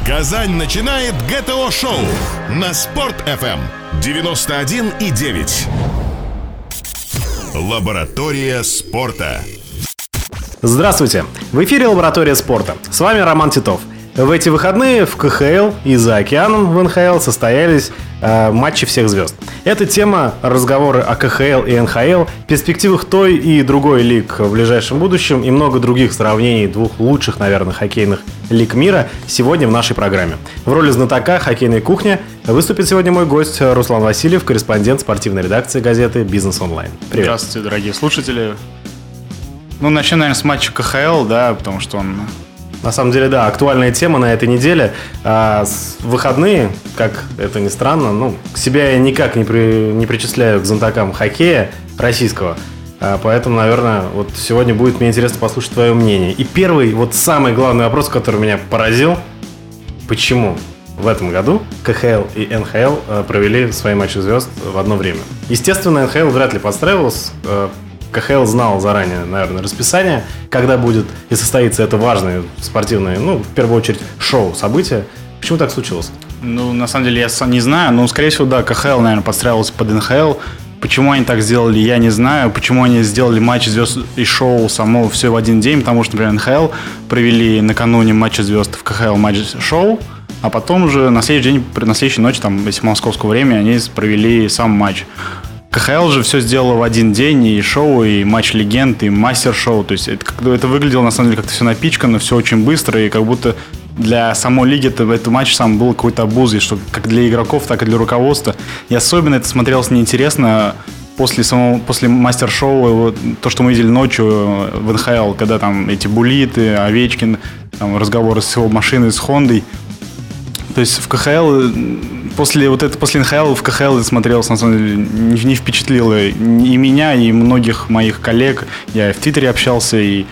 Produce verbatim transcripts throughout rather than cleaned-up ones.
Казань начинает ГТО-шоу на Спорт-эф эм девяносто один и девять. Лаборатория спорта. Здравствуйте! В эфире Лаборатория спорта. С вами Роман Титов. В эти выходные в ка ха эл и за океаном в эн ха эл состоялись э, матчи всех звезд. Эта тема, разговоры о ка ха эл и эн ха эл, перспективах той и другой лиг в ближайшем будущем и много других сравнений двух лучших, наверное, хоккейных лиг мира сегодня в нашей программе. В роли знатока хоккейной кухни выступит сегодня мой гость Руслан Васильев, корреспондент спортивной редакции газеты «Бизнес онлайн». Привет. Здравствуйте, дорогие слушатели. Ну, начнем, наверное, с матча ка ха эл, да, потому что он... На самом деле, да, актуальная тема на этой неделе. А, выходные, как это ни странно, ну, себя я никак не, при, не причисляю к знатокам хоккея российского. А, поэтому, наверное, вот сегодня будет мне интересно послушать твое мнение. И первый, вот самый главный вопрос, который меня поразил. Почему в этом году ка ха эл и эн ха эл провели свои матчи звезд в одно время? Естественно, эн ха эл вряд ли подстраивался. ка ха эл знал заранее, наверное, расписание, когда будет и состоится это важное спортивное, ну, в первую очередь, шоу, событие. Почему так случилось? Ну, на самом деле, я сам не знаю, но, скорее всего, да, ка ха эл, наверное, подстраивался под эн ха эл. Почему они так сделали, я не знаю. Почему они сделали матч звезд и шоу само все в один день, потому что, например, эн ха эл провели накануне матча звезд в ка ха эл матч-шоу, а потом уже на следующий день, на следующей ночи, там, если московского времени, они провели сам матч. ка ха эл же все сделало в один день, и шоу, и матч легенд, и мастер-шоу. То есть это, это выглядело, на самом деле, как-то все напичкано, все очень быстро, и как будто для самой лиги это, этот матч сам был какой-то обузой, что как для игроков, так и для руководства. И особенно это смотрелось неинтересно после, самого, после мастер-шоу, вот, то, что мы видели ночью в эн ха эл, когда там эти Булиты, Овечкин, там, разговоры с его машиной, с Хондой. То есть в ка ха эл, после, вот это, после эн ха эл в ка ха эл это смотрелось, на самом деле, не, не впечатлило и меня, и многих моих коллег. Я и в Твиттере общался, и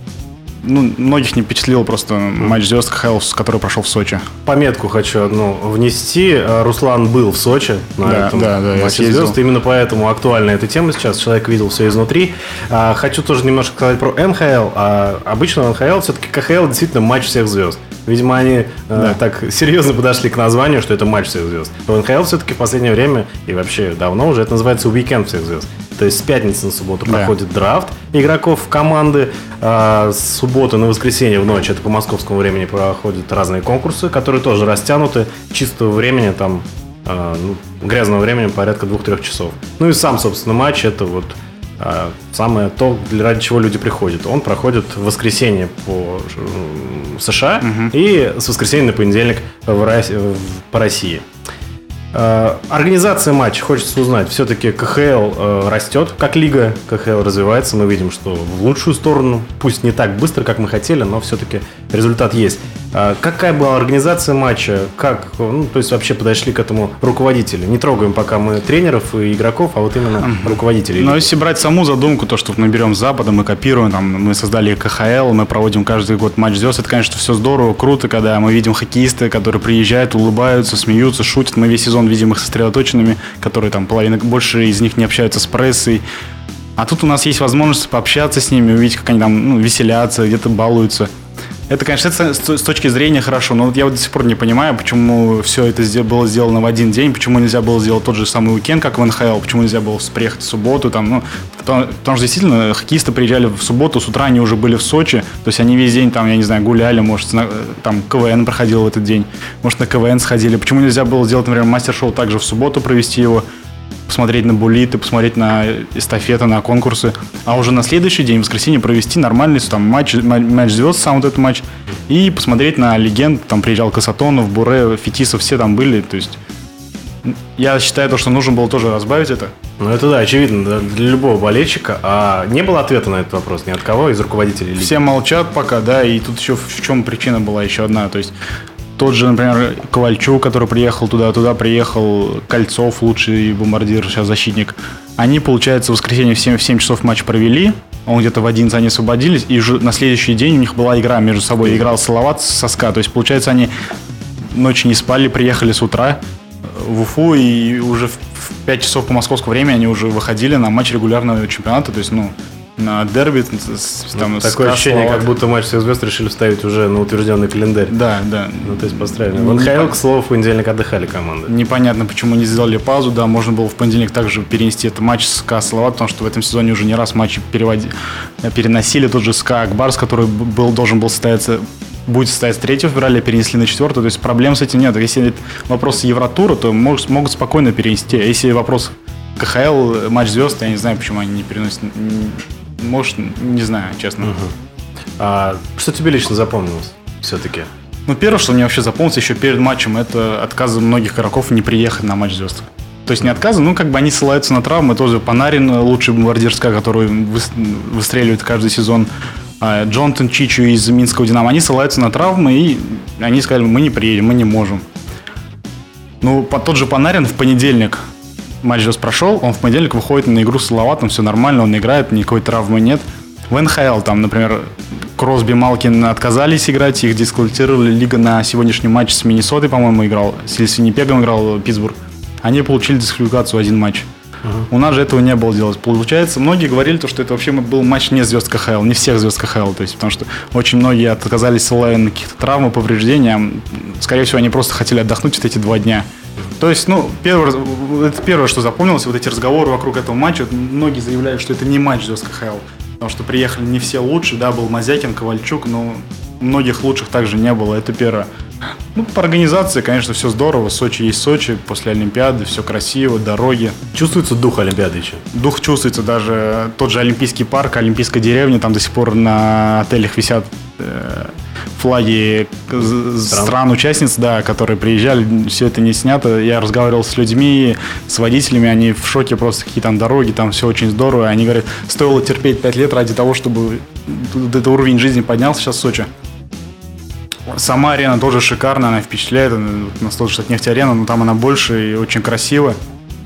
ну, многих не впечатлил просто матч звезд ка ха эл, который прошел в Сочи. Пометку хочу одну внести. Руслан был в Сочи на да, этом да, да, матче звезд. Именно поэтому актуальна эта тема сейчас. Человек видел все изнутри. Хочу тоже немножко сказать про эн ха эл. Обычно эн ха эл все-таки ка ха эл действительно матч всех звезд. Видимо, они да. э, так серьезно подошли к названию, что это матч всех звезд. В эн ха эл все-таки в последнее время, и вообще давно уже, это называется уикенд всех звезд. То есть с пятницы на субботу да. проходит драфт игроков команды, а с субботы на воскресенье в ночь, это по московскому времени, проходят разные конкурсы, которые тоже растянуты. Чистого времени, там, э, ну, грязного времени порядка двух-трех часов. Ну и сам, собственно, матч, это вот э, самое то, ради чего люди приходят. Он проходит в воскресенье по США угу. и с воскресенья на понедельник в России, по России. Организация матча, хочется узнать, все-таки ка ха эл э, растет, как лига, ка ха эл развивается, мы видим, что в лучшую сторону, пусть не так быстро, как мы хотели, но все-таки результат есть. А какая была организация матча, как, ну, то есть вообще подошли к этому руководители? Не трогаем пока мы тренеров и игроков, а вот именно uh-huh. руководителей. Но если брать саму задумку, то, что мы берем с Запада, мы копируем, там, мы создали ка ха эл, мы проводим каждый год матч звезд, это, конечно, все здорово, круто, когда мы видим хоккеисты, которые приезжают, улыбаются, смеются, шутят, мы весь сезон видим их сосредоточенными, которые там половина, больше из них не общаются с прессой. А тут у нас есть возможность пообщаться с ними, увидеть, как они там ну, веселятся, где-то балуются. Это, конечно, это с точки зрения хорошо, но вот я вот до сих пор не понимаю, почему все это было сделано в один день, почему нельзя было сделать тот же самый уикенд, как в эн ха эл, почему нельзя было приехать в субботу, там, ну, потому, потому что действительно хоккеисты приезжали в субботу, с утра они уже были в Сочи, то есть они весь день там, я не знаю, гуляли, может, на, там ка вэ эн проходил в этот день, может, на ка вэ эн сходили, почему нельзя было сделать, например, мастер-шоу также в субботу провести его, посмотреть на булиты, посмотреть на эстафеты, на конкурсы, а уже на следующий день, в воскресенье, провести нормальный там, матч, матч звезд, сам вот этот матч, и посмотреть на легенд, там приезжал Касатонов, Буре, Фетисов, все там были, то есть я считаю, то, что нужно было тоже разбавить это. Ну это да, очевидно, для любого болельщика. А не было ответа на этот вопрос ни от кого из руководителей лиги? Все молчат пока, да, и тут еще в чем причина была еще одна, то есть тот же, например, Ковальчук, который приехал туда, туда приехал Кольцов, лучший бомбардир, сейчас защитник. Они, получается, в воскресенье в семь, в семь часов матч провели, он где-то в одиннадцать они освободились, и уже на следующий день у них была игра между собой. Играл Салават со СКА, то есть, получается, они ночью не спали, приехали с утра в Уфу, и уже в пять часов по московскому времени они уже выходили на матч регулярного чемпионата, то есть, ну, на дерби. Там, такое ощущение, как будто матч всех звезд решили вставить уже на утвержденный календарь. Да, да. Ну, то есть построили. В эн ха эл, к слову, в понедельник отдыхали команды. Непонятно, почему не сделали паузу. Да, можно было в понедельник также перенести этот матч с СКА Салават, потому что в этом сезоне уже не раз матчи переводи... переносили. Тот же СКА Акбарс, который был, должен был состояться, будет состояться третьего февраля, перенесли на четвёртое. То есть проблем с этим нет. Если вопрос Евротура, то могут, могут спокойно перенести. А если вопрос ка ха эл, матч звезд, я не знаю, почему они не переносят. Может, не знаю, честно. Угу. А что тебе лично запомнилось все-таки? Ну, первое, что мне вообще запомнилось еще перед матчем, это отказы многих игроков не приехать на матч звезд. То есть не отказы, ну, как бы они ссылаются на травмы. Тоже Панарин, лучший бомбардир СКА, который выстреливает каждый сезон. Джонатан Чичу из Минского Динамо. Они ссылаются на травмы, и они сказали, мы не приедем, мы не можем. Ну, тот же Панарин в понедельник матч звезд прошел, он в понедельник выходит на игру с Салаватом, все нормально, он играет, никакой травмы нет. В эн ха эл там, например, Кросби, Малкин отказались играть, их дисквалифицировали. Лига на сегодняшний матч с Миннесотой, по-моему, играл, с Виннипегом играл Питтсбург. Они получили дисквалификацию один матч. Uh-huh. У нас же этого не было делать. Получается, многие говорили, что это вообще был матч не звезд ка ха эл, не всех звезд ка ха эл, то есть, потому что очень многие отказались ссылаясь на какие-то травмы, повреждения. Скорее всего, они просто хотели отдохнуть вот эти два дня. То есть, ну, первое, это первое, что запомнилось, вот эти разговоры вокруг этого матча. Многие заявляют, что это не матч звезд ка ха эл, потому что приехали не все лучшие, да, был Мазякин, Ковальчук, но многих лучших также не было, это первое. Ну, по организации, конечно, все здорово, Сочи есть Сочи, после Олимпиады, все красиво, дороги. Чувствуется дух Олимпиады еще? Дух чувствуется, даже тот же Олимпийский парк, Олимпийская деревня, там до сих пор на отелях висят э, флаги стран. стран-участниц, да, которые приезжали, все это не снято. Я разговаривал с людьми, с водителями, они в шоке просто, какие там дороги, там все очень здорово. Они говорят, стоило терпеть пять лет ради того, чтобы этот уровень жизни поднялся сейчас в Сочи. Сама арена тоже шикарная, она впечатляет. У нас тоже Штатнефть-арена, но там она больше и очень красивая.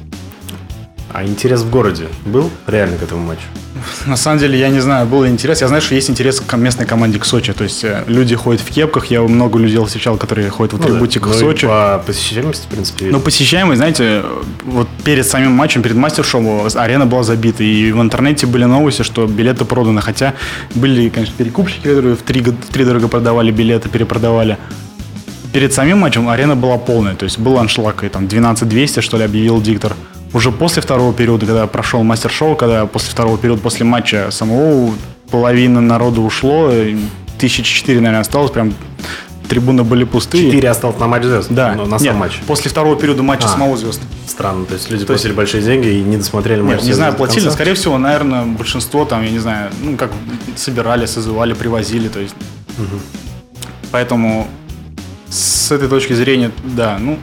А интерес в городе был реально к этому матчу? На самом деле, я не знаю, был ли интерес. Я знаю, что есть интерес к местной команде к Сочи. То есть люди ходят в кепках. Я много людей встречал, которые ходят в атрибутиках ну, да. Сочи. Ну, по посещаемости, в принципе, видно. Ну, посещаемость, знаете, вот перед самим матчем, перед мастер-шоу арена была забита. И в интернете были новости, что билеты проданы. Хотя были, конечно, перекупщики, которые в три, в три дорого продавали билеты, перепродавали. Перед самим матчем арена была полная. То есть был аншлаг, и там двенадцать двести, что ли, объявил диктор. Уже после второго периода, когда прошел мастер-шоу, когда после второго периода, после матча самого, половина народа ушло, тысячи четыре, наверное, осталось, прям трибуны были пустые. Четыре осталось на матч звезд? Да. Ну, на сам Нет, матч. после второго периода матча а, самого звезд. Странно, то есть люди то платили есть... большие деньги и не досмотрели матч. Нет, не знаю, платили, скорее всего, наверное, большинство там, я не знаю, ну, как собирали, созывали, привозили, то есть. Угу. Поэтому с этой точки зрения, да, ну...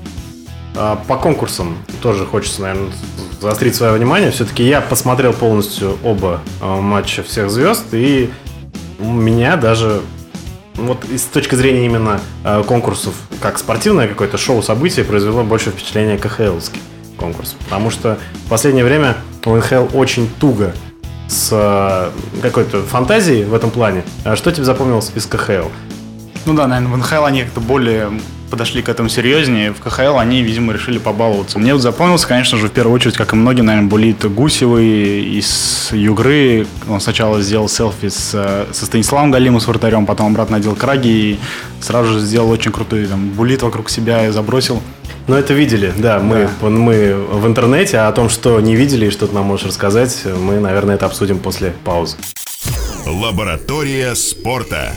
По конкурсам тоже хочется, наверное, заострить свое внимание. Все-таки я посмотрел полностью оба матча всех звезд, и у меня даже вот с точки зрения именно конкурсов, как спортивное какое-то шоу, событие, произвело больше впечатления ка ха эловский конкурс. Потому что в последнее время у эн ха эл очень туго с какой-то фантазией в этом плане. Что тебе запомнилось из ка ха эл? Ну да, наверное, в эн ха эл они как-то более подошли к этому серьезнее. В ка ха эл они, видимо, решили побаловаться. Мне вот запомнился, конечно же, в первую очередь, как и многим, наверное, Булит Гусевый из Югры. Он сначала сделал селфи с, со Станиславом Галимом, с вратарем, потом обратно надел краги и сразу же сделал очень крутой там, булит вокруг себя и забросил. Ну, это видели, да, мы, да. мы в интернете, а о том, что не видели и что ты нам можешь рассказать, мы, наверное, это обсудим после паузы. Лаборатория спорта.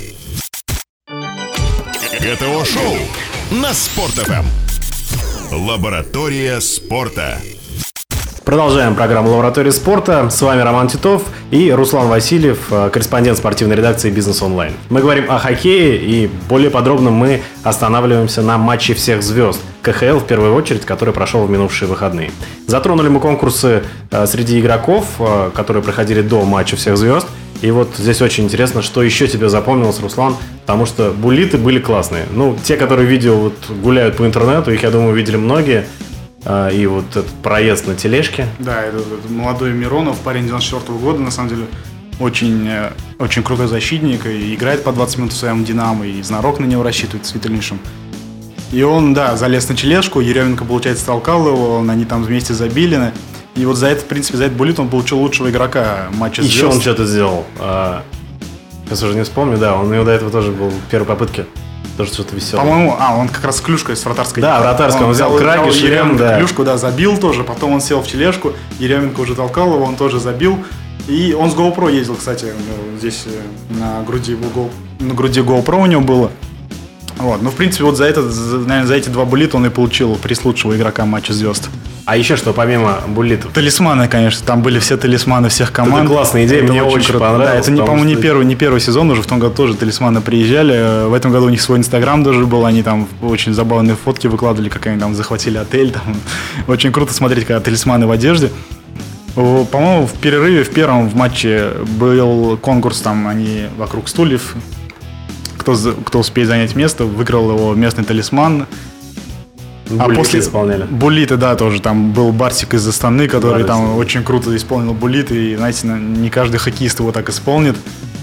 гэ тэ о-шоу на Спорт.ФМ. Лаборатория спорта. Продолжаем программу «Лаборатория спорта». С вами Роман Титов и Руслан Васильев, корреспондент спортивной редакции «Бизнес онлайн». Мы говорим о хоккее, и более подробно мы останавливаемся на матче всех звезд ка ха эл, в первую очередь, который прошел в минувшие выходные. Затронули мы конкурсы среди игроков, которые проходили до матча всех звезд. И вот здесь очень интересно, что еще тебе запомнилось, Руслан, потому что буллиты были классные. Ну, те, которые видео вот гуляют по интернету, их, я думаю, видели многие. И вот этот проезд на тележке. Да, это, это молодой Миронов, парень девяносто четвёртого года, на самом деле, очень, очень крутой защитник, и играет по двадцать минут в своем «Динамо», и знарок на него рассчитывает с Витальнишем. И он, да, залез на тележку, Еременко, получается, толкал его, они там вместе забили. И вот за это, в принципе, за этот буллит он получил лучшего игрока матча звезд. Еще он что-то сделал. А, сейчас уже не вспомню, да, он у него до этого тоже был в первой попытке. Тоже что-то веселое. По-моему, а, он как раз клюшкой с вратарской. Да, вратарской, он, он взял краги, шлем, да. Клюшку, да, забил тоже, потом он сел в тележку, Еременко уже толкал его, он тоже забил. И он с GoPro ездил, кстати, здесь на груди, на груди GoPro у него было. Вот. Ну, в принципе, вот за, это, за, наверное, за эти два буллита он и получил приз лучшего игрока матча звезд. А еще что, помимо буллитов? Талисманы, конечно. Там были все талисманы всех команд. Это классная идея, это мне очень, очень понравилось. Да, это, по-моему, не первый, не первый сезон, уже в том году тоже талисманы приезжали. В этом году у них свой инстаграм даже был, они там очень забавные фотки выкладывали, как они там захватили отель. Там. Очень круто смотреть, когда талисманы в одежде. По-моему, в перерыве, в первом в матче был конкурс, там они вокруг стульев. Кто, кто успеет занять место, выиграл его местный талисман. Буллиты а после исполняли. Буллиты, да, тоже. Там был Барсик из Астаны, который да, там очень круто исполнил буллиты. И, знаете, не каждый хоккеист его так исполнит.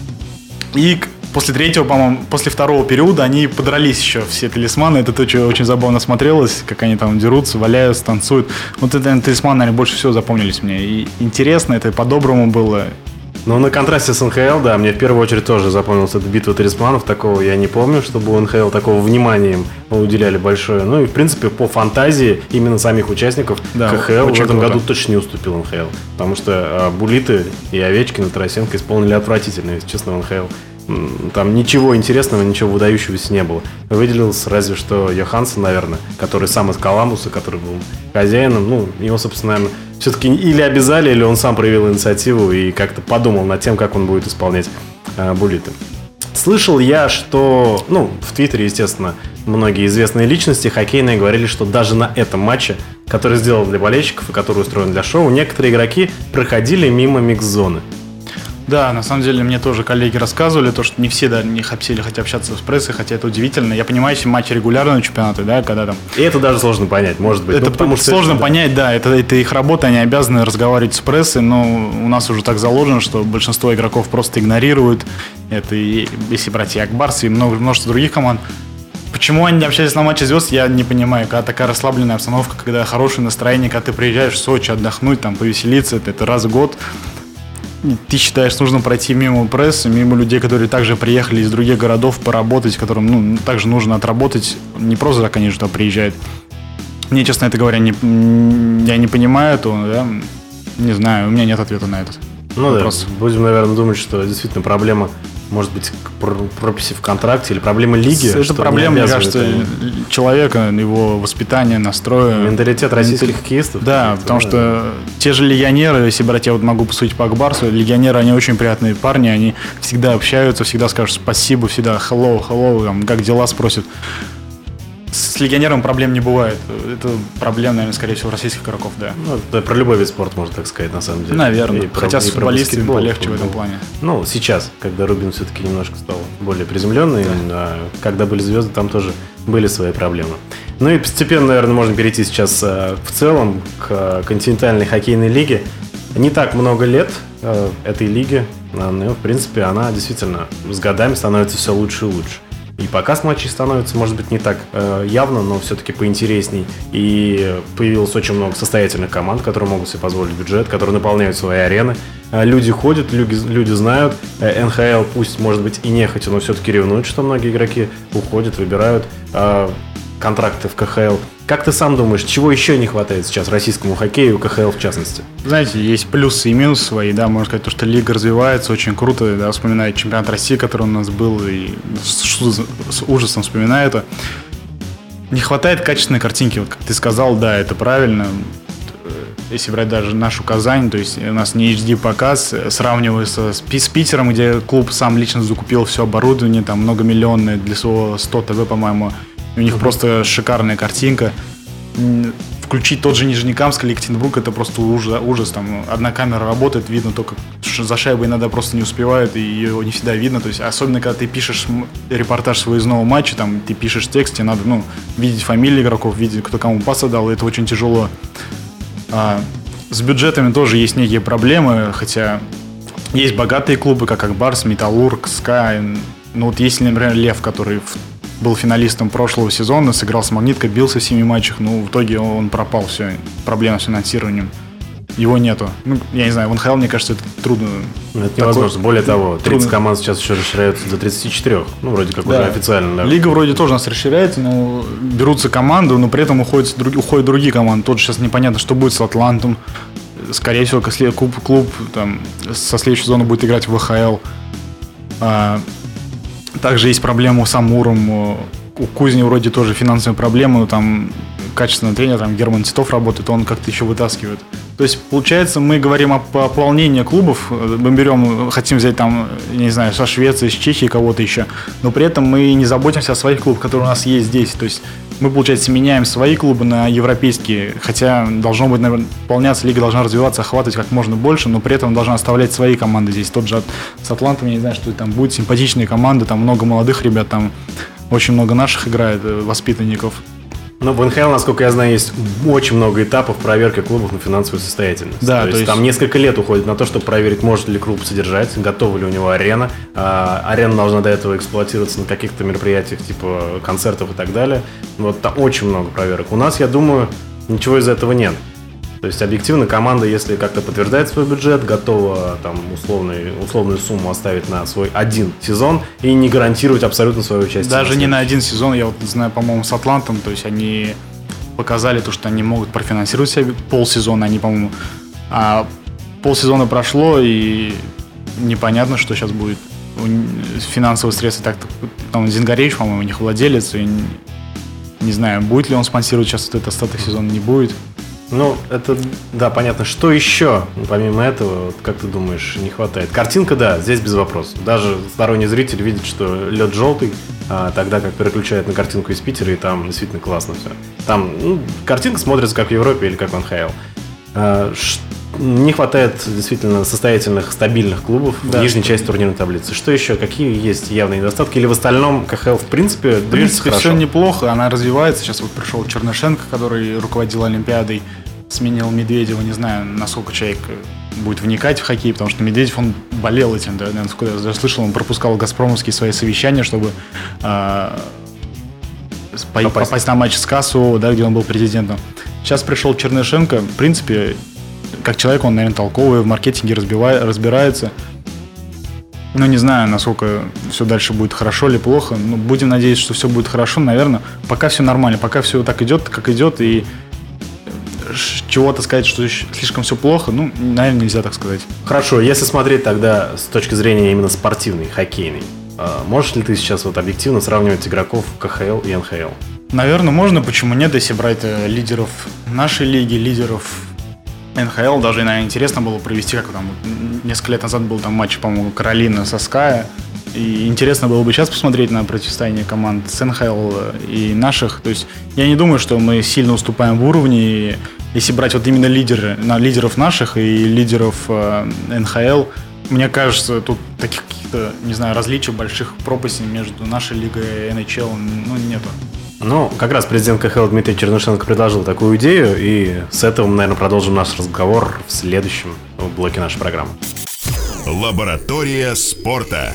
И после третьего, по-моему, после второго периода они подрались еще все талисманы. Это то, что очень забавно смотрелось, как они там дерутся, валяются, танцуют. Вот это талисманы, наверное, больше всего запомнились мне. И интересно, это по-доброму было. Ну, на контрасте с эн ха эл, да, мне в первую очередь тоже запомнилась эта битва талисманов. Такого я не помню, чтобы у эн ха эл такого внимания им уделяли большое. Ну и, в принципе, по фантазии именно самих участников да, ка ха эл в этом круто. году точно не уступил эн ха эл. Потому что а, Булиты и Овечкин, и Тарасенко исполнили отвратительно, если честно, в эн ха эл. Там ничего интересного, ничего выдающегося не было. Выделился разве что Йоханссон, наверное, который сам из Коламбуса, который был хозяином. Ну, его, собственно, наверное, все-таки или обязали, или он сам проявил инициативу и как-то подумал над тем, как он будет исполнять э, буллиты. Слышал я, что, ну, в Твиттере, естественно, многие известные личности хоккейные говорили, что даже на этом матче, который сделал для болельщиков и который устроен для шоу, некоторые игроки проходили мимо микс-зоны. Да, на самом деле мне тоже коллеги рассказывали, то, что не все да, не хотели хотя общаться с прессой, хотя это удивительно. Я понимаю, если матчи регулярного чемпионата, да, когда там... И это даже сложно понять, может быть. Это ну, потому, сложно это, понять, да, да это, это их работа, они обязаны разговаривать с прессой, но у нас уже так заложено, что большинство игроков просто игнорируют. Это и, если брать и Акбарс, и много, множество других команд. Почему они не общались на матче звезд, я не понимаю. Когда такая расслабленная обстановка, когда хорошее настроение, когда ты приезжаешь в Сочи отдохнуть, там, повеселиться, это, это раз в год. Ты считаешь, нужно пройти мимо прессы, мимо людей, которые также приехали из других городов поработать, которым ну, также нужно отработать. Не просто так они же туда приезжают. Мне, честно это говоря, не, я не понимаю этого, да? Не знаю, у меня нет ответа на этот ну вопрос. Да, будем, наверное, думать, что действительно проблема, может быть, прописи в контракте или проблема лиги. Это проблема, мне кажется, это... человека, его воспитания, настроя. Менталитет российских Менталит... хоккеистов. Да, потому да. что те же легионеры, если брать, я вот могу посудить по Акбарсу, легионеры, они очень приятные парни, они всегда общаются, всегда скажут спасибо, всегда hello, hello, там, как дела спросят. С легионером проблем не бывает. Это проблема, наверное, скорее всего, российских игроков, да. Ну, это про любой вид спорта, можно так сказать, на самом деле. Наверное. И Хотя с футболистами полегче в этом плане. Ну, сейчас, когда Рубин все-таки немножко стал более приземленный, да. а когда были звезды, там тоже были свои проблемы. Ну и постепенно, наверное, можно перейти сейчас а, в целом к континентальной хоккейной лиге. Не так много лет а, этой лиги, а, но, в принципе, она действительно с годами становится все лучше и лучше. И показ матчей становится, может быть, не так э, явно, но все-таки поинтересней. И появилось очень много состоятельных команд, которые могут себе позволить бюджет, которые наполняют свои арены. Э, люди ходят, люди, люди знают. Э, эн ха эл пусть, может быть, и нехотя, но все-таки ревнует, что многие игроки уходят, выбирают э, контракты в ка ха эл. Как ты сам думаешь, чего еще не хватает сейчас российскому хоккею, ка ха эл в частности? Знаете, есть плюсы и минусы свои, да, можно сказать, то, что лига развивается очень круто, да, вспоминаю чемпионат России, который у нас был, и с, с ужасом вспоминаю это. Не хватает качественной картинки, вот как ты сказал, да, это правильно. Если брать даже нашу Казань, то есть у нас не эйч ди показ, сравнивая с, с Питером, где клуб сам лично закупил все оборудование, там многомиллионное для своего сто тэ вэ, по-моему. У них mm-hmm. просто шикарная картинка. Включить тот же Нижнекамск или Екатеринбург — это просто ужас, ужас. Там одна камера работает, видно только за шайбой иногда просто не успевает, и ее не всегда видно. То есть, особенно когда ты пишешь репортаж с выездного матча, там ты пишешь текст, тебе надо ну, видеть фамилии игроков, видеть, кто кому пас отдал, и это очень тяжело. А, с бюджетами тоже есть некие проблемы, хотя есть богатые клубы, как Акбарс, Металлург, СКА. Ну вот если, например, Лев, который в был финалистом прошлого сезона, сыграл с Магниткой, бился в семи матчах, но в итоге он пропал, все, проблема с финансированием. его нету. Ну, я не знаю, в эн ха эл, мне кажется, это трудно. Это невозможно. Такой... Более того, тридцать трудно. Команд сейчас еще расширяются до тридцати четырёх. Ну, вроде как да. уже официально. Да. Лига вроде тоже у нас расширяется, но берутся команды, но при этом уходят, уходят другие команды. Тут сейчас непонятно, что будет с Атлантом. Скорее всего, клуб, клуб там, со следующей сезона будет играть в вэ ха эл. А, также есть проблема с Амуром. У Кузни вроде тоже финансовые проблемы, но там качественный тренер, там Герман Титов работает, он как-то еще вытаскивает. То есть, получается, мы говорим о пополнении клубов, мы берем, хотим взять там, я не знаю, со Швеции, с Чехии, кого-то еще, но при этом мы не заботимся о своих клубах, которые у нас есть здесь. То есть, мы, получается, меняем свои клубы на европейские, хотя должно быть, наверное, пополняться, лига должна развиваться, охватывать как можно больше, но при этом должна оставлять свои команды здесь. Тот же с Атлантом, я не знаю, что там будет, симпатичные команды, там много молодых ребят, там очень много наших играет, воспитанников. Ну, в эн ха эл, насколько я знаю, есть очень много этапов проверки клубов на финансовую состоятельность. Да, то, то есть, есть там несколько лет уходит на то, чтобы проверить, может ли клуб содержать, готова ли у него арена. А, арена должна до этого эксплуатироваться на каких-то мероприятиях, типа концертов и так далее. Вот там очень много проверок. У нас, я думаю, ничего из этого нет. То есть, объективно, команда, если как-то подтверждает свой бюджет, готова там условный, условную сумму оставить на свой один сезон и не гарантировать абсолютно свое участие. Даже на не на один сезон, я вот знаю, по-моему, с Атлантом, то есть они показали то, что они могут профинансировать себе полсезона, они, по-моему, а полсезона прошло, и непонятно, что сейчас будет. Финансовые средства так-то, там Зингаревич, по-моему, у них владелец, и не, не знаю, будет ли он спонсировать сейчас вот этот остаток сезона, не будет. Ну, это, да, понятно. Что еще, помимо этого, вот, как ты думаешь, не хватает? Картинка, да, здесь без вопросов. Даже сторонний зритель видит, что лед желтый, а, тогда как переключает на картинку из Питера, и там действительно классно все. Там ну, картинка смотрится как в Европе или как в эн ха эл. А, ш- не хватает действительно состоятельных, стабильных клубов да. в нижней части турнирной таблицы. Что еще? Какие есть явные недостатки? Или в остальном ка ха эл в принципе движется в принципе, хорошо? Все неплохо, она развивается. Сейчас вот пришел Чернышенко, который руководил Олимпиадой, сменил Медведева, не знаю, насколько человек будет вникать в хоккей, потому что Медведев, он болел этим, да, насколько я слышал, он пропускал газпромовские свои совещания, чтобы э, попасть. попасть на матч с КАСУ, да, где он был президентом. Сейчас пришел Чернышенко, в принципе, как человек, он, наверное, толковый, в маркетинге разбивает, разбирается. Ну, не знаю, насколько все дальше будет хорошо или плохо, но будем надеяться, что все будет хорошо, наверное. Пока все нормально, пока все так идет, как идет, и чего-то сказать, что слишком все плохо, ну, наверное, нельзя так сказать. Хорошо, если смотреть тогда с точки зрения именно спортивной, хоккейной, можешь ли ты сейчас вот объективно сравнивать игроков ка ха эл и эн ха эл? Наверное, можно, почему нет, если брать лидеров нашей лиги, лидеров эн ха эл, даже, наверное, интересно было провести, как там, несколько лет назад был там матч, по-моему, Каролина со Ская, и интересно было бы сейчас посмотреть на противостояние команд с эн ха эл и наших. То есть я не думаю, что мы сильно уступаем в уровне. Если брать вот именно лидеры, на лидеров наших и лидеров э, эн ха эл, мне кажется, тут таких каких-то, не знаю, различий, больших пропастей между нашей лигой и эн эйч эл, ну, нету. Ну, как раз президент ка ха эл Дмитрий Чернышенко предложил такую идею, и с этого мы, наверное, продолжим наш разговор в следующем блоке нашей программы. Лаборатория спорта.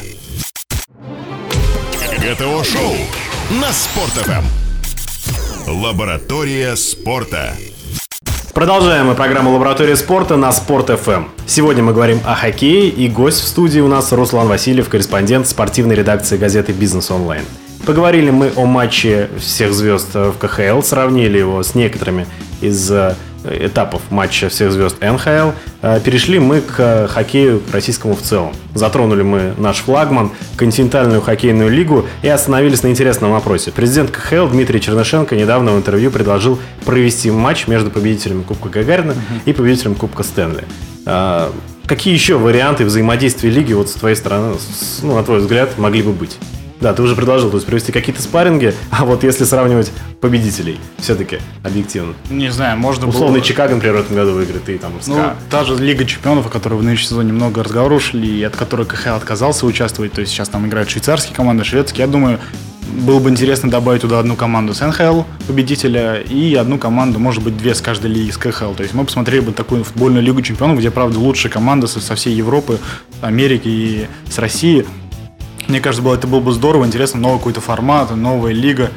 гэ тэ о-шоу на Спорт эф эм. Лаборатория спорта. Продолжаем мы программу «Лаборатория спорта» на Спорт эф эм. Сегодня мы говорим о хоккее, и гость в студии у нас Руслан Васильев, корреспондент спортивной редакции газеты «Бизнес онлайн». Поговорили мы о матче всех звезд в ка ха эл, сравнили его с некоторыми из этапов матча всех звезд эн ха эл. Перешли мы к хоккею российскому в целом. Затронули мы наш флагман, континентальную хоккейную лигу, и остановились на интересном вопросе. Президент ка ха эл Дмитрий Чернышенко недавно в интервью предложил провести матч между победителями Кубка Гагарина uh-huh. и победителем Кубка Стэнли. Какие еще варианты взаимодействия лиги вот с твоей стороны, ну, на твой взгляд, могли бы быть? Да, ты уже предложил, то есть провести какие-то спарринги, а вот если сравнивать победителей, все-таки объективно. Не знаю, можно условный было... Чикаго, например, в этом году выиграет, и там СКА. Ну, та же Лига Чемпионов, о которой в нынешнем сезоне много разговоров шли, и от которой ка ха эл отказался участвовать, то есть сейчас там играют швейцарские команды, шведские. Я думаю, было бы интересно добавить туда одну команду с эн ха эл, победителя, и одну команду, может быть, две с каждой лиги с ка ха эл. То есть мы посмотрели бы такую футбольную Лигу Чемпионов, где, правда, лучшие команды со всей Европы, Америки и с России. Мне кажется, было, это было бы здорово, интересно, новый какой-то формат, новая лига.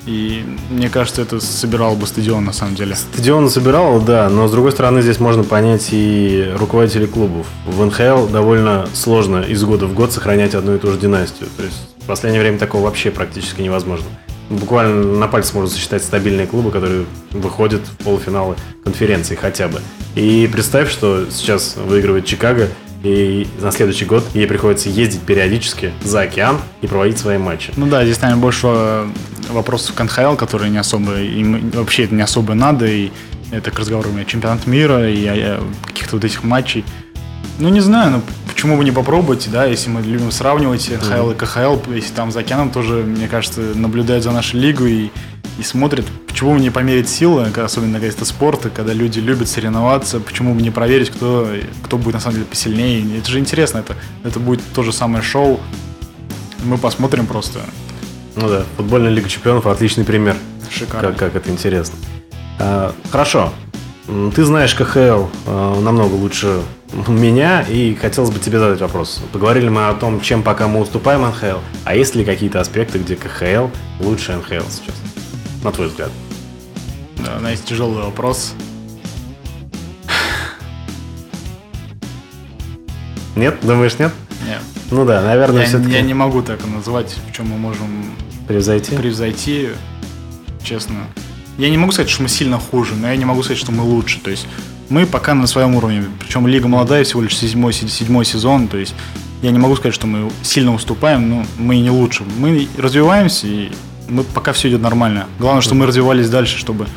И мне кажется, это собирал бы стадион на самом деле. Стадион собирал, да, но с другой стороны здесь можно понять и руководителей клубов. В эн ха эл довольно сложно из года в год сохранять одну и ту же династию. То есть в последнее время такого вообще практически невозможно. Буквально на пальцах можно сосчитать стабильные клубы, которые выходят в полуфиналы конференции хотя бы. И представь, что сейчас выигрывает Чикаго, и на следующий год ей приходится ездить периодически за океан и проводить свои матчи. Ну да, здесь, наверное, больше вопросов к эн ха эл, которые не особо, им вообще это не особо надо, и это к разговору о чемпионате мира и о каких-то вот этих матчей. Ну, не знаю, ну почему бы не попробовать, да, если мы любим сравнивать эн ха эл mm-hmm. и ка ха эл, если там за океаном тоже, мне кажется, наблюдают за нашей лигой и, и смотрят, почему бы не померить силы, особенно когда это спорт, когда люди любят соревноваться, почему бы не проверить, кто, кто будет на самом деле посильнее. Это же интересно, это, это будет то же самое шоу, мы посмотрим просто. Ну да, футбольная лига чемпионов отличный пример. Шикарно. Как, как это интересно. А, хорошо. Ты знаешь ка ха эл а, намного лучше меня, и хотелось бы тебе задать вопрос. Поговорили мы о том, чем пока мы уступаем эн ха эл, а есть ли какие-то аспекты, где ка ха эл лучше эн ха эл сейчас, на твой взгляд? Да, у есть тяжелый вопрос. Нет? Думаешь, нет? Нет. Ну да, наверное, я, все-таки... Я не могу так назвать, в чем мы можем превзойти. превзойти, честно. Я не могу сказать, что мы сильно хуже, но я не могу сказать, что мы лучше. То есть мы пока на своем уровне. Причем лига молодая, всего лишь седьмой, седьмой сезон. То есть я не могу сказать, что мы сильно уступаем, но мы и не лучше. Мы развиваемся, и мы, пока все идет нормально. Главное, что мы развивались дальше, чтобы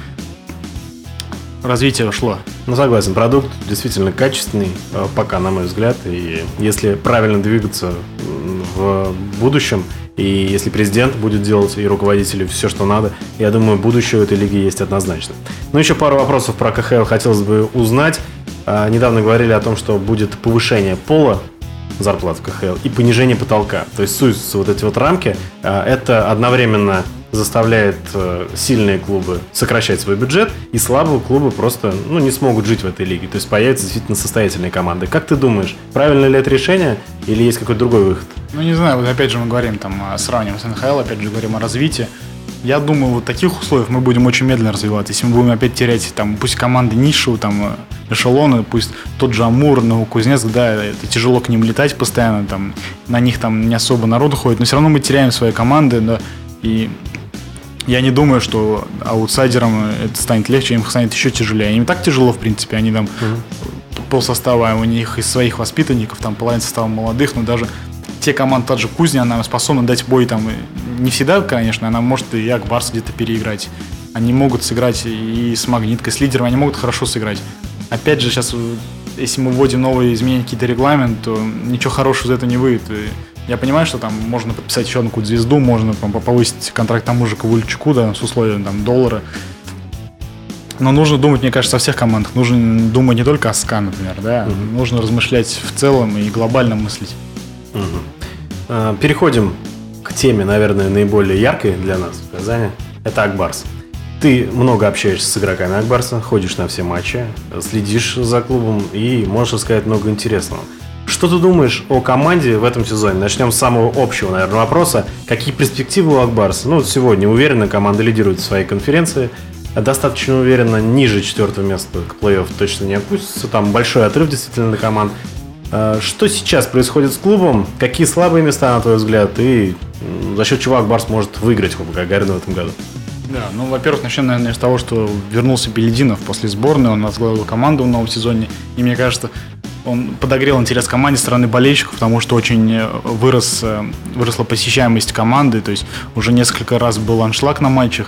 развитие шло. Ну, согласен, продукт действительно качественный, пока, на мой взгляд. И если правильно двигаться в будущем, и если президент будет делать и руководители все, что надо, я думаю, будущее у этой лиги есть однозначно. Ну, еще пару вопросов про ка ха эл хотелось бы узнать. А, недавно говорили о том, что будет повышение пола зарплат в ка ха эл и понижение потолка. То есть суются вот эти вот рамки. А, это одновременно заставляет э, сильные клубы сокращать свой бюджет, и слабые клубы просто ну, не смогут жить в этой лиге. То есть появятся действительно состоятельные команды. Как ты думаешь, правильно ли это решение, или есть какой-то другой выход? Ну, не знаю, вот опять же мы говорим, там, сравниваем с эн ха эл, опять же говорим о развитии. Я думаю, вот в таких условиях мы будем очень медленно развиваться. Если мы будем опять терять, там, пусть команды нишу, там, эшелоны, пусть тот же Амур, Новокузнецк, да, это тяжело к ним летать постоянно, там, на них там не особо народу ходит, но все равно мы теряем свои команды, да, и я не думаю, что аутсайдерам это станет легче, им станет еще тяжелее. Им так тяжело, в принципе, они там mm-hmm. полсостава у них из своих воспитанников, там половина состава молодых, но даже те команды, та же Кузня, она способна дать бой там, не всегда, конечно, она может и Акбарс где-то переиграть. Они могут сыграть и с Магниткой, с лидером, они могут хорошо сыграть. Опять же, сейчас, если мы вводим новые изменения, какие-то регламент, то ничего хорошего из этого не выйдет. Я понимаю, что там можно подписать еще одну какую-то звезду, можно там, повысить контракт тому же Ковальчуку, да, с условием там, доллара. Но нужно думать, мне кажется, о всех командах. Нужно думать не только о СКА, например, да. Угу. Нужно размышлять в целом и глобально мыслить. Угу. Переходим к теме, наверное, наиболее яркой для нас в Казани. Это Акбарс. Ты много общаешься с игроками Акбарса, ходишь на все матчи, следишь за клубом и можешь рассказать много интересного. Что ты думаешь о команде в этом сезоне? Начнем с самого общего, наверное, вопроса. Какие перспективы у Акбарса? Ну, сегодня уверенно команда лидирует в своей конференции. Достаточно уверенно, ниже четвертого места к плей-офф точно не опустится. Там большой отрыв действительно до команд. Что сейчас происходит с клубом? Какие слабые места, на твой взгляд? И за счет чего Акбарс может выиграть Кубок Гагарина в этом году? Да, ну, во-первых, начнем, наверное, с того, что вернулся Белединов после сборной. Он возглавил команду в новом сезоне. И мне кажется, он подогрел интерес к команде со стороны болельщиков, потому что очень вырос, выросла посещаемость команды, то есть уже несколько раз был аншлаг на матчах.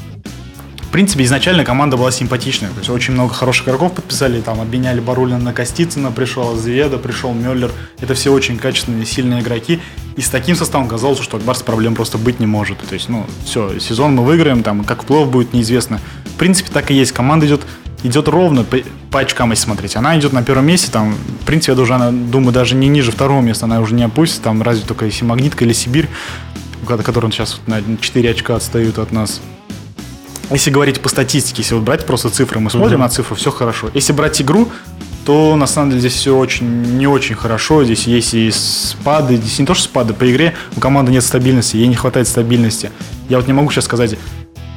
В принципе, изначально команда была симпатичная, то есть очень много хороших игроков подписали, там обменяли Барулина на Костицына, пришел Азведа, пришел Мюллер, это все очень качественные, сильные игроки, и с таким составом казалось, что Акбарс проблем просто быть не может, то есть, ну, все, сезон мы выиграем, там, как в плей-офф будет, неизвестно. В принципе, так и есть, команда идет идет ровно по, по очкам, если смотреть. Она идет на первом месте, там, в принципе, я даже, она, думаю, даже не ниже второго места, она уже не опустится, там, разве только если Магнитка или Сибирь, которые сейчас на четыре очка отстают от нас. Если говорить по статистике, если вот брать просто цифры, мы смотрим mm-hmm. на цифры, все хорошо. Если брать игру, то на самом деле здесь все очень, не очень хорошо. Здесь есть и спады, здесь не то, что спады, по игре у команды нет стабильности, ей не хватает стабильности. Я вот не могу сейчас сказать,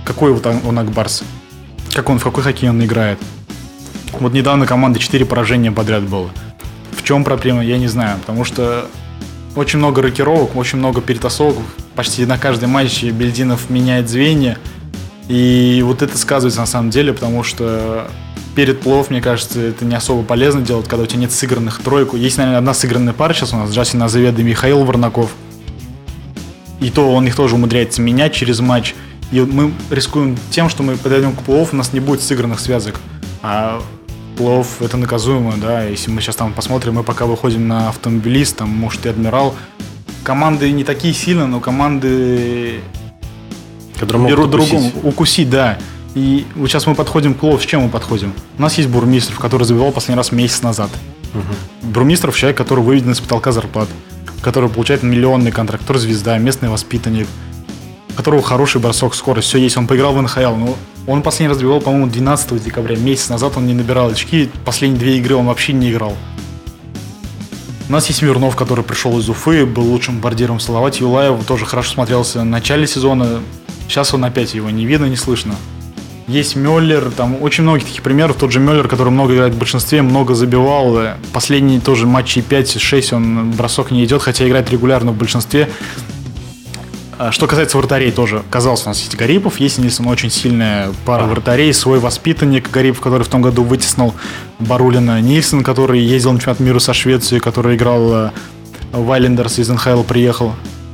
какой вот он, он Акбарс, как он, в какой хоккей он играет. Вот недавно команда четыре поражения подряд было. В чем проблема, я не знаю, потому что очень много рокировок, очень много перетасовок, почти на каждый матч Бельдинов меняет звенья, и вот это сказывается на самом деле, потому что перед плей-офф, мне кажется, это не особо полезно делать, когда у тебя нет сыгранных тройку. Есть, наверное, одна сыгранная пара сейчас у нас, Джастин Азеведо и Михаил Варнаков, и то он их тоже умудряется менять через матч, и мы рискуем тем, что мы подойдем к плей-офф, у нас не будет сыгранных связок, а плей-офф это наказуемо, да, если мы сейчас там посмотрим, мы пока выходим на Автомобилист, там, может, и Адмирал, команды не такие сильные, но команды, которые берут могут укусить. другому, укусить, да, и вот сейчас мы подходим к плей-офф, с чем мы подходим? У нас есть Бурмистров, который забивал последний раз месяц назад, угу. Бурмистров человек, который выведен из потолка зарплат, который получает миллионный контракт, который звезда, местный воспитанник, у которого хороший бросок, скорость, все есть, он поиграл в эн ха эл, но он последний раз забивал, по-моему, двенадцатого декабря, месяц назад он не набирал очки, последние две игры он вообще не играл. У нас есть Мирнов, который пришел из Уфы, был лучшим бомбардиром в Салавате, Юлаев тоже хорошо смотрелся в начале сезона, сейчас он опять, его не видно, не слышно. Есть Мюллер, там очень многих таких примеров, тот же Мюллер, который много играет в большинстве, много забивал, последние тоже матчи пять-шесть он бросок не идет, хотя играет регулярно в большинстве. Что касается вратарей тоже, казалось, у нас есть Гарипов, есть Нильсон, очень сильная пара вратарей, свой воспитанник Гарипов, который в том году вытеснил Барулина, Нильсон, который ездил на чемпионат мира со Швецией, который играл в Айлендерс, из эн ха эл приехал.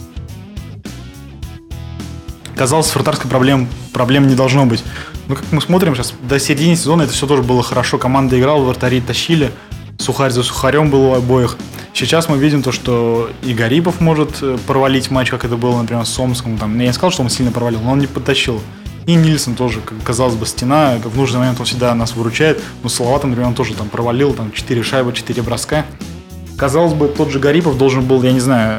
Казалось, вратарской проблем, проблем не должно быть. Но как мы смотрим сейчас, до середины сезона это все тоже было хорошо, команда играла, вратари тащили, сухарь за сухарем был у обоих. Сейчас мы видим то, что и Гарипов может провалить матч, как это было, например, с Омском. Там, я не сказал, что он сильно провалил, но он не подтащил. И Нильсон тоже, казалось бы, стена. В нужный момент он всегда нас выручает. Но с Салаватом, например, он тоже там провалил. Там четыре шайбы, четыре броска. Казалось бы, тот же Гарипов должен был, я не знаю...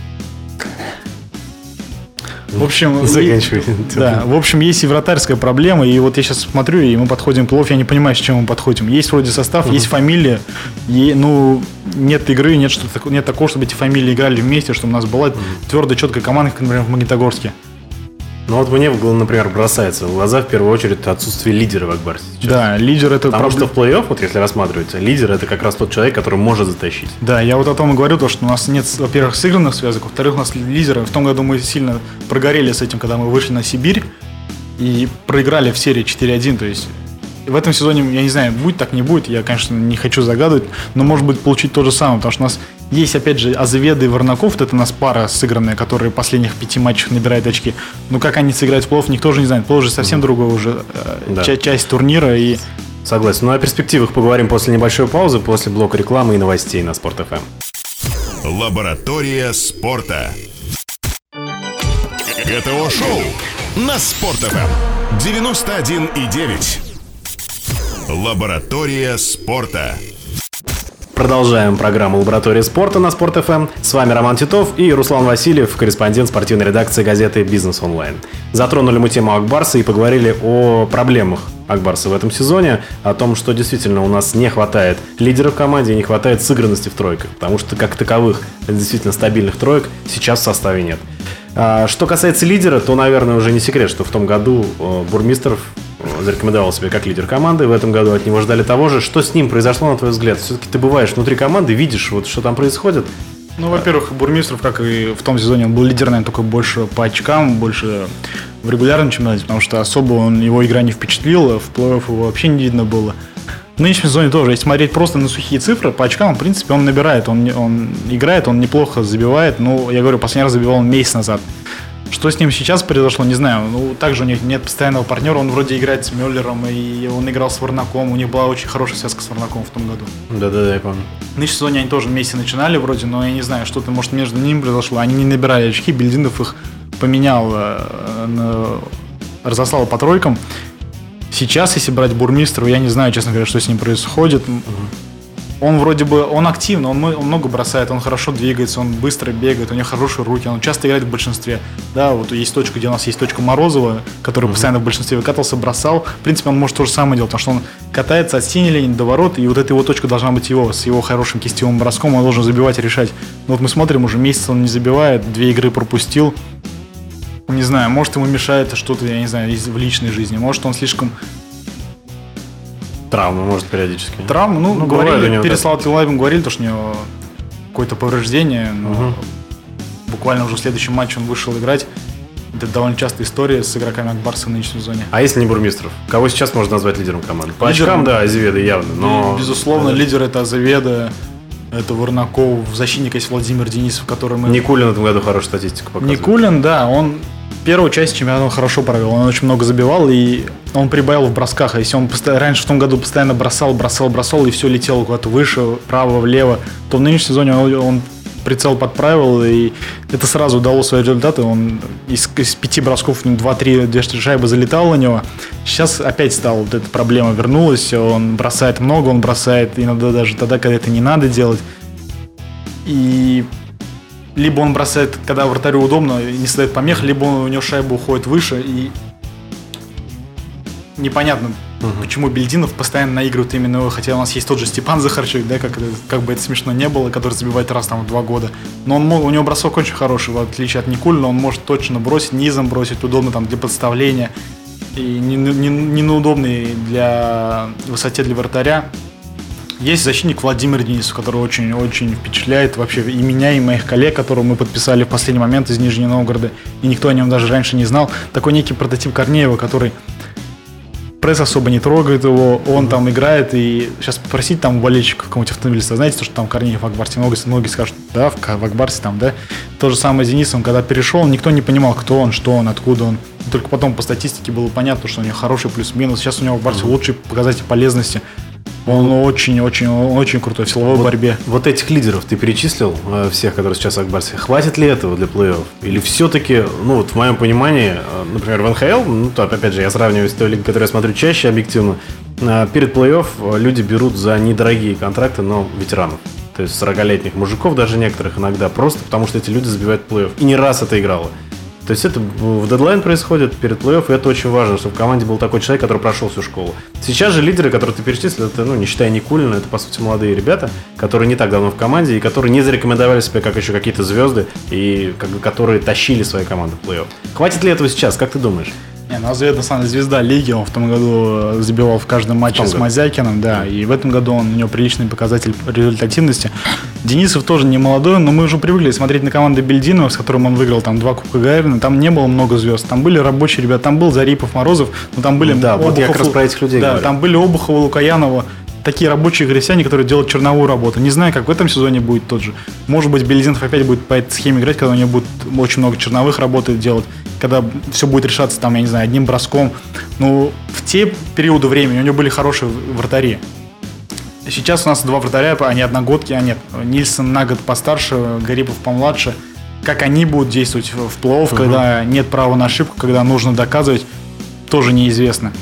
В общем, Заканчивай. Да, в общем, есть и вратарская проблема, и вот я сейчас смотрю, и мы подходим к плей-офф, я не понимаю, с чем мы подходим. Есть вроде состав, uh-huh. есть фамилия, и, ну, нет игры, нет, что нет такого, чтобы эти фамилии играли вместе, чтобы у нас была uh-huh. твердая, четкая команда, как, например, в Магнитогорске. Ну вот мне, например, бросается в глаза в первую очередь отсутствие лидера в Акбарсе. Да, лидер это... Потому проблем... что в плей-офф, вот если рассматривается, лидер это как раз тот человек, который может затащить. Да, я вот о том и говорю, то, что у нас нет, во-первых, сыгранных связок, во-вторых, у нас лидеры. В том году мы сильно прогорели с этим, когда мы вышли на Сибирь и проиграли в серии четыре один, то есть... В этом сезоне, я не знаю, будет так, не будет, я, конечно, не хочу загадывать, но может быть получить то же самое, потому что у нас есть, опять же, Азеведо и Варнаков, вот это у нас пара сыгранная, которая в последних пяти матчах набирает очки, но как они сыграют в плей-офф, никто же не знает, плей-офф же совсем mm-hmm. другая уже да. часть, часть турнира. И... Согласен, ну о перспективах поговорим после небольшой паузы, после блока рекламы и новостей на Спорт эф эм. Лаборатория спорта. ГТО-шоу на Спорт эф эм девяносто один и девять. Лаборатория спорта. Продолжаем программу «Лаборатория спорта» на Спорт эф эм. С вами Роман Титов и Руслан Васильев, корреспондент спортивной редакции газеты «Бизнес онлайн». Затронули мы тему Акбарса и поговорили о проблемах Акбарса в этом сезоне, о том, что действительно у нас не хватает лидеров в команде, не хватает сыгранности в тройках, потому что как таковых действительно стабильных троек сейчас в составе нет. Что касается лидера, то, наверное, уже не секрет, что в том году Бурмистров зарекомендовал себя как лидер команды. В этом году от него ждали того же. Что с ним произошло, на твой взгляд? Все-таки ты бываешь внутри команды, видишь, вот что там происходит. Ну, во-первых, Бурмистров, как и в том сезоне, он был лидер, наверное, только больше по очкам, больше в регулярном чемпионате, потому что особо он, его игра не впечатлила, в плей-офф его вообще не видно было. В нынешнем сезоне тоже, если смотреть просто на сухие цифры, по очкам, в принципе, он набирает, он, он играет, он неплохо забивает. Ну, я говорю, последний раз забивал он месяц назад. Что с ним сейчас произошло, не знаю. Ну, также у них нет постоянного партнера, он вроде играет с Мюллером, и он играл с Варнаком, у них была очень хорошая связка с Варнаком в том году. Да-да-да, я помню. В нынешнем сезоне они тоже вместе начинали вроде, но я не знаю, что-то, может, между ними произошло. Они не набирали очки, Бельдинов их поменял, разослал по тройкам. Сейчас, если брать Бурмистрова, я не знаю, честно говоря, что с ним происходит. Он вроде бы, он активно, он, он много бросает, он хорошо двигается, он быстро бегает, у него хорошие руки, он часто играет в большинстве. Да, вот есть точка, где у нас есть точка Морозова, который uh-huh. постоянно в большинстве выкатывался, бросал. В принципе, он может то же самое делать, потому что он катается от синей линии до ворот, и вот эта его точка должна быть его, с его хорошим кистевым броском, он должен забивать и решать. Но вот мы смотрим, уже месяц он не забивает, две игры пропустил. Не знаю, может, ему мешает что-то, я не знаю, в личной жизни. Может, он слишком... Травма, может, периодически. Травма, ну, ну говорили, перед так... Лайвом говорили, то, что у него какое-то повреждение, но угу. буквально уже в следующем матче он вышел играть. Это довольно частая история с игроками Ак Барса в нынешнем сезоне. А если не Бурмистров? Кого сейчас можно назвать лидером команды? По лидером, очкам, да, Азеведа явно, но... Безусловно, да. Лидер это Азеведа, это Варнаков, в защитнике есть Владимир Денисов, который мы... Никулин в этом году хорошую статистику показывает. Никулин, да, он первую часть чемпионата хорошо провел, он очень много забивал, и он прибавил в бросках. А если он постоянно, раньше в том году постоянно бросал, бросал, бросал, и все летело куда-то выше, вправо, влево, то в нынешнем сезоне он, он прицел подправил, и это сразу дало свои результаты. Он из, из пяти бросков два-три, две шайбы залетал на него. Сейчас опять стала вот эта проблема, вернулась. Он бросает много, он бросает иногда даже тогда, когда это не надо делать. И либо он бросает, когда вратарю удобно, не стоит помех, либо у него шайба уходит выше, и непонятно, uh-huh. почему Бельдинов постоянно наигрывает именно его, хотя у нас есть тот же Степан Захарчук, да, как, как бы это смешно не было, который забивает раз там в два года. Но он, у него бросок очень хороший, в отличие от Никулина, он может точно бросить, низом бросить, удобно там для подставления, и не, не, не неудобный для высоте для вратаря. Есть защитник Владимир Денисов, который очень-очень впечатляет вообще и меня, и моих коллег, которого мы подписали в последний момент из Нижнего Новгорода, и никто о нем даже раньше не знал. Такой некий прототип Корнеева, который пресс особо не трогает его, он mm-hmm. там играет, и сейчас попросить там болельщиков, кому-нибудь автомобилиста, знаете, то, что там Корнеев в Ак Барсе, многие, многие скажут, да, в, в Ак Барсе там, да. То же самое с Денисом, когда перешел, никто не понимал, кто он, что он, откуда он. И только потом по статистике было понятно, что у него хороший плюс-минус. Сейчас у него в Барсе mm-hmm. лучший показатель полезности. Он очень-очень-очень крутой в силовой вот, борьбе. Вот этих лидеров ты перечислил, всех, которые сейчас в Ак Барсе. Хватит ли этого для плей-офф? Или все-таки, ну вот в моем понимании, например, в эн ха эл, ну то, опять же, я сравниваю с той лигой, которую я смотрю чаще, объективно, перед плей-офф люди берут за недорогие контракты, но ветеранов. То есть сорокалетних мужиков, даже некоторых иногда, просто потому что эти люди забивают плей-офф. И не раз это играло. То есть это в дедлайн происходит перед плей-офф, и это очень важно, чтобы в команде был такой человек, который прошел всю школу. Сейчас же лидеры, которые ты перечислил, это, ну, не считая Никулина, это, по сути, молодые ребята, которые не так давно в команде, и которые не зарекомендовали себя как еще какие-то звезды, и как бы, которые тащили свои команды в плей-офф. Хватит ли этого сейчас, как ты думаешь? Не, ну Азевед, на самом деле, звезда лиги, он в том году забивал в каждом матче в с Мазякиным, да, и в этом году он, у него приличный показатель результативности. Денисов тоже не молодой, но мы уже привыкли смотреть на команды Бельдинова, с которым он выиграл там два Кубка Гагарина, там не было много звезд, там были рабочие ребята, там был Зарипов, Морозов, но там были да, Обухов, вот я как раз про этих людей да, говорю. Там были Обухова, Лукаянова, такие рабочие крестьяне, которые делают черновую работу. Не знаю, как в этом сезоне будет тот же. Может быть, Белезинов опять будет по этой схеме играть, когда у него будет очень много черновых работы делать, когда все будет решаться, там, я не знаю, одним броском. Но в те периоды времени у него были хорошие вратари. Сейчас у нас два вратаря, они одногодки, а нет, Нильсон на год постарше, Гарипов помладше. Как они будут действовать в плей-офф, угу. когда нет права на ошибку, когда нужно доказывать, тоже неизвестно.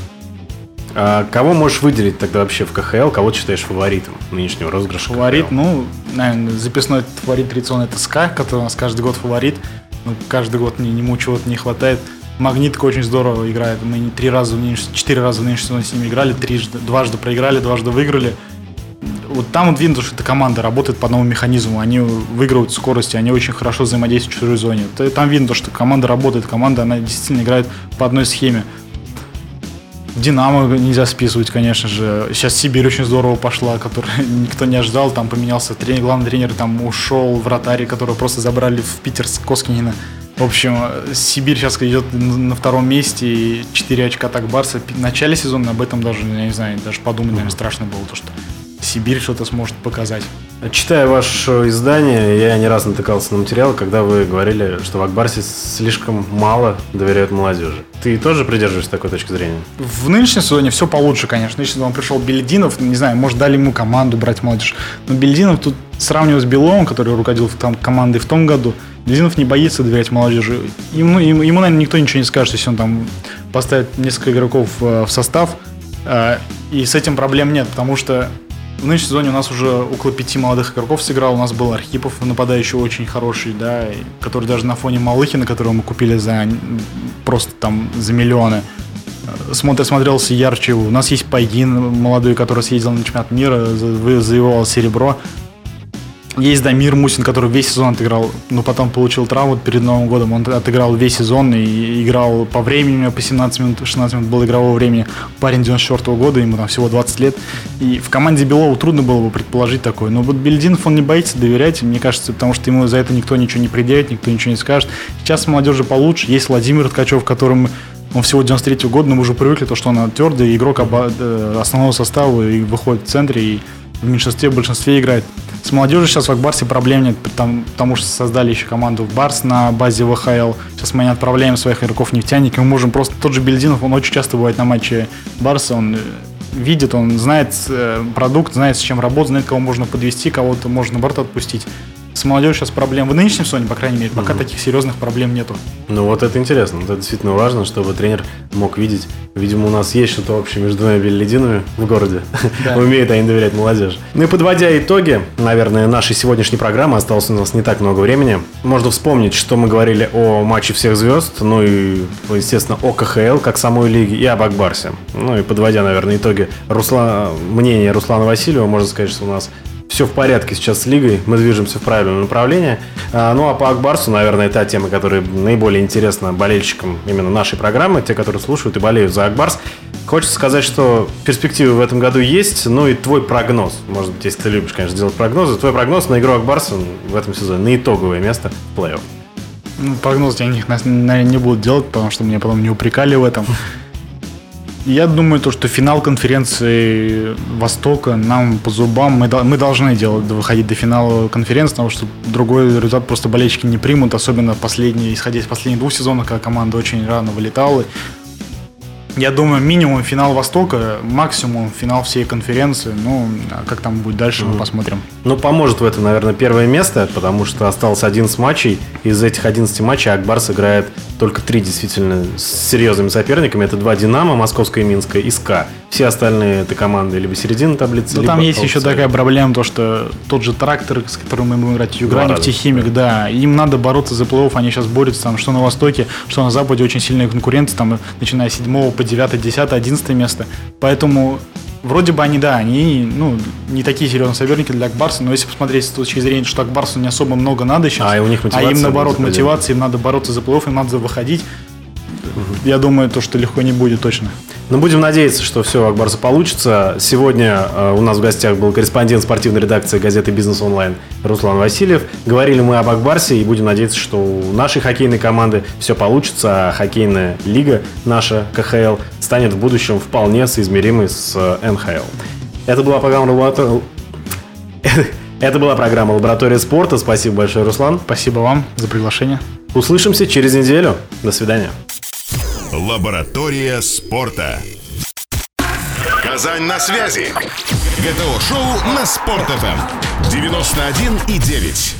А кого можешь выделить тогда вообще в ка ха эл? Кого считаешь фаворитом нынешнего розыгрыша? Фаворит, ну, наверное, записной фаворит традиционный это СКА, который у нас каждый год фаворит. Ну, каждый год ему чего-то не хватает. Магнитка очень здорово играет. Мы три раза, четыре раза в нынешнем сезоне с ними играли, трижды, дважды проиграли, дважды выиграли. Вот там вот видно, что эта команда работает по новому механизму. Они выигрывают скорости, они очень хорошо взаимодействуют в чужой зоне. Там видно, что команда работает, команда, она действительно играет по одной схеме. Динамо нельзя списывать, конечно же. Сейчас Сибирь очень здорово пошла, которую никто не ожидал. Там поменялся тренер, главный тренер, там ушел вратарь, которого просто забрали в Питер с Коскинина. В общем, Сибирь сейчас идет на втором месте, и четыре очка так Барса. В начале сезона об этом даже, я не знаю, даже подумать, наверное, страшно было, то, что Сибирь что-то сможет показать. Читая ваше издание, я не раз натыкался на материал, когда вы говорили, что в Ак Барсе слишком мало доверяют молодежи. Ты тоже придерживаешься такой точки зрения? В нынешнем сезоне все получше, конечно. В нынешнем сезоне пришел Бельдинов, не знаю, может, дали ему команду брать молодежь. Но Бельдинов тут, сравнивая с Беловым, который руководил там командой в том году, Бельдинов не боится доверять молодежи. Ему, ему, ему, наверное, никто ничего не скажет, если он там поставит несколько игроков в состав. И с этим проблем нет, потому что в нынешнем сезоне у нас уже около пяти молодых игроков сыграл. У нас был Архипов, нападающий очень хороший, да, который даже на фоне Малыхина, которого мы купили за просто там за миллионы, смотр, смотрелся ярче. У нас есть Пайгин молодой, который съездил на чемпионат мира, завоевал серебро. Есть Дамир Мусин, который весь сезон отыграл, но потом получил травму перед Новым годом. Он отыграл весь сезон и играл по времени, у него по семнадцать минут, шестнадцать минут было игрового времени. Парень девяносто четвёртого года, ему там всего двадцать лет. И в команде Белова трудно было бы предположить такое. Но вот Бельдинов, он не боится доверять, мне кажется, потому что ему за это никто ничего не предъявит, никто ничего не скажет. Сейчас молодежи получше. Есть Владимир Ткачев, которым он всего девяносто третьего года, но мы уже привыкли, то, что он твердый игрок основного состава и выходит в центре, и в меньшинстве, в большинстве играет. С молодежью сейчас в Акбарсе проблем нет, потому, потому что создали еще команду в Барс на базе вэ ха эл. Сейчас мы не отправляем своих игроков нефтяники. Мы можем просто... Тот же Бельдинов, он очень часто бывает на матче Барса, он видит, он знает продукт, знает, с чем работать, знает, кого можно подвести, кого-то можно, наоборот, отпустить. С молодежью сейчас проблем. В нынешнем сезоне, по крайней мере, пока mm-hmm. таких серьезных проблем нету. Ну вот это интересно. Это действительно важно, чтобы тренер мог видеть. Видимо, у нас есть что-то общее между двумя Беллидинами в городе. Да. Умеют они доверять молодежи. Ну и подводя итоги, наверное, нашей сегодняшней программы, осталось у нас не так много времени. Можно вспомнить, что мы говорили о матче всех звезд, ну и, естественно, о ка ха эл, как самой лиге, и об Акбарсе. Ну и подводя, наверное, итоги Руслана, мнения Руслана Васильева, можно сказать, что у нас все в порядке сейчас с лигой, мы движемся в правильном направлении. А, ну а по Акбарсу, наверное, та тема, которая наиболее интересна болельщикам именно нашей программы, те, которые слушают и болеют за Акбарс. Хочется сказать, что перспективы в этом году есть, ну и твой прогноз, может быть, если ты любишь, конечно, делать прогнозы, твой прогноз на игру Акбарса в этом сезоне, на итоговое место в плей-офф. Ну, прогноз я них, наверное, не буду делать, потому что меня потом не упрекали в этом. Я думаю, то, что финал конференции Востока нам по зубам. Мы, мы должны делать, выходить до финала конференции, потому что другой результат просто болельщики не примут, особенно последние, исходя из последних двух сезонов, когда команда очень рано вылетала. Я думаю, минимум финал Востока, максимум финал всей конференции. Ну, а как там будет дальше, mm-hmm. мы посмотрим. Ну, поможет в этом, наверное, первое место, потому что осталось одиннадцать матчей. Из этих одиннадцати матчей Акбарс играет только три действительно с серьезными соперниками. Это два «Динамо», Московская и Минская, и СКА. Все остальные это команды либо середина таблицы, но либо... там есть еще такая проблема, то, что тот же «Трактор», с которым мы будем играть, Юграннефтехимик, да, им надо бороться за плей-офф, они сейчас борются там, что на Востоке, что на Западе, очень сильные конкуренты, там, начиная с седьмого по девятое, десятое, одиннадцатое место. Поэтому вроде бы они, да, они, ну, не такие серьезные соперники для Акбарса, но если посмотреть с точки зрения, что Акбарсу не особо много надо сейчас, а, и у них а им, наоборот, мотивация, им надо бороться за плей-офф, им надо выходить, угу. Я думаю, то, что легко не будет точно. Но будем надеяться, что все у Акбарса получится. Сегодня э, у нас в гостях был корреспондент спортивной редакции газеты «Бизнес онлайн» Руслан Васильев. Говорили мы об Акбарсе и будем надеяться, что у нашей хоккейной команды все получится, а хоккейная лига, наша ка ха эл, станет в будущем вполне соизмеримой с эн ха эл. Это была программа «Лаборатория». Это была программа «Лаборатория спорта». Спасибо большое, Руслан. Спасибо вам за приглашение. Услышимся через неделю. До свидания. Лаборатория спорта. Казань на связи. гэ тэ о-шоу на Спорт эф эм девяносто один и девять.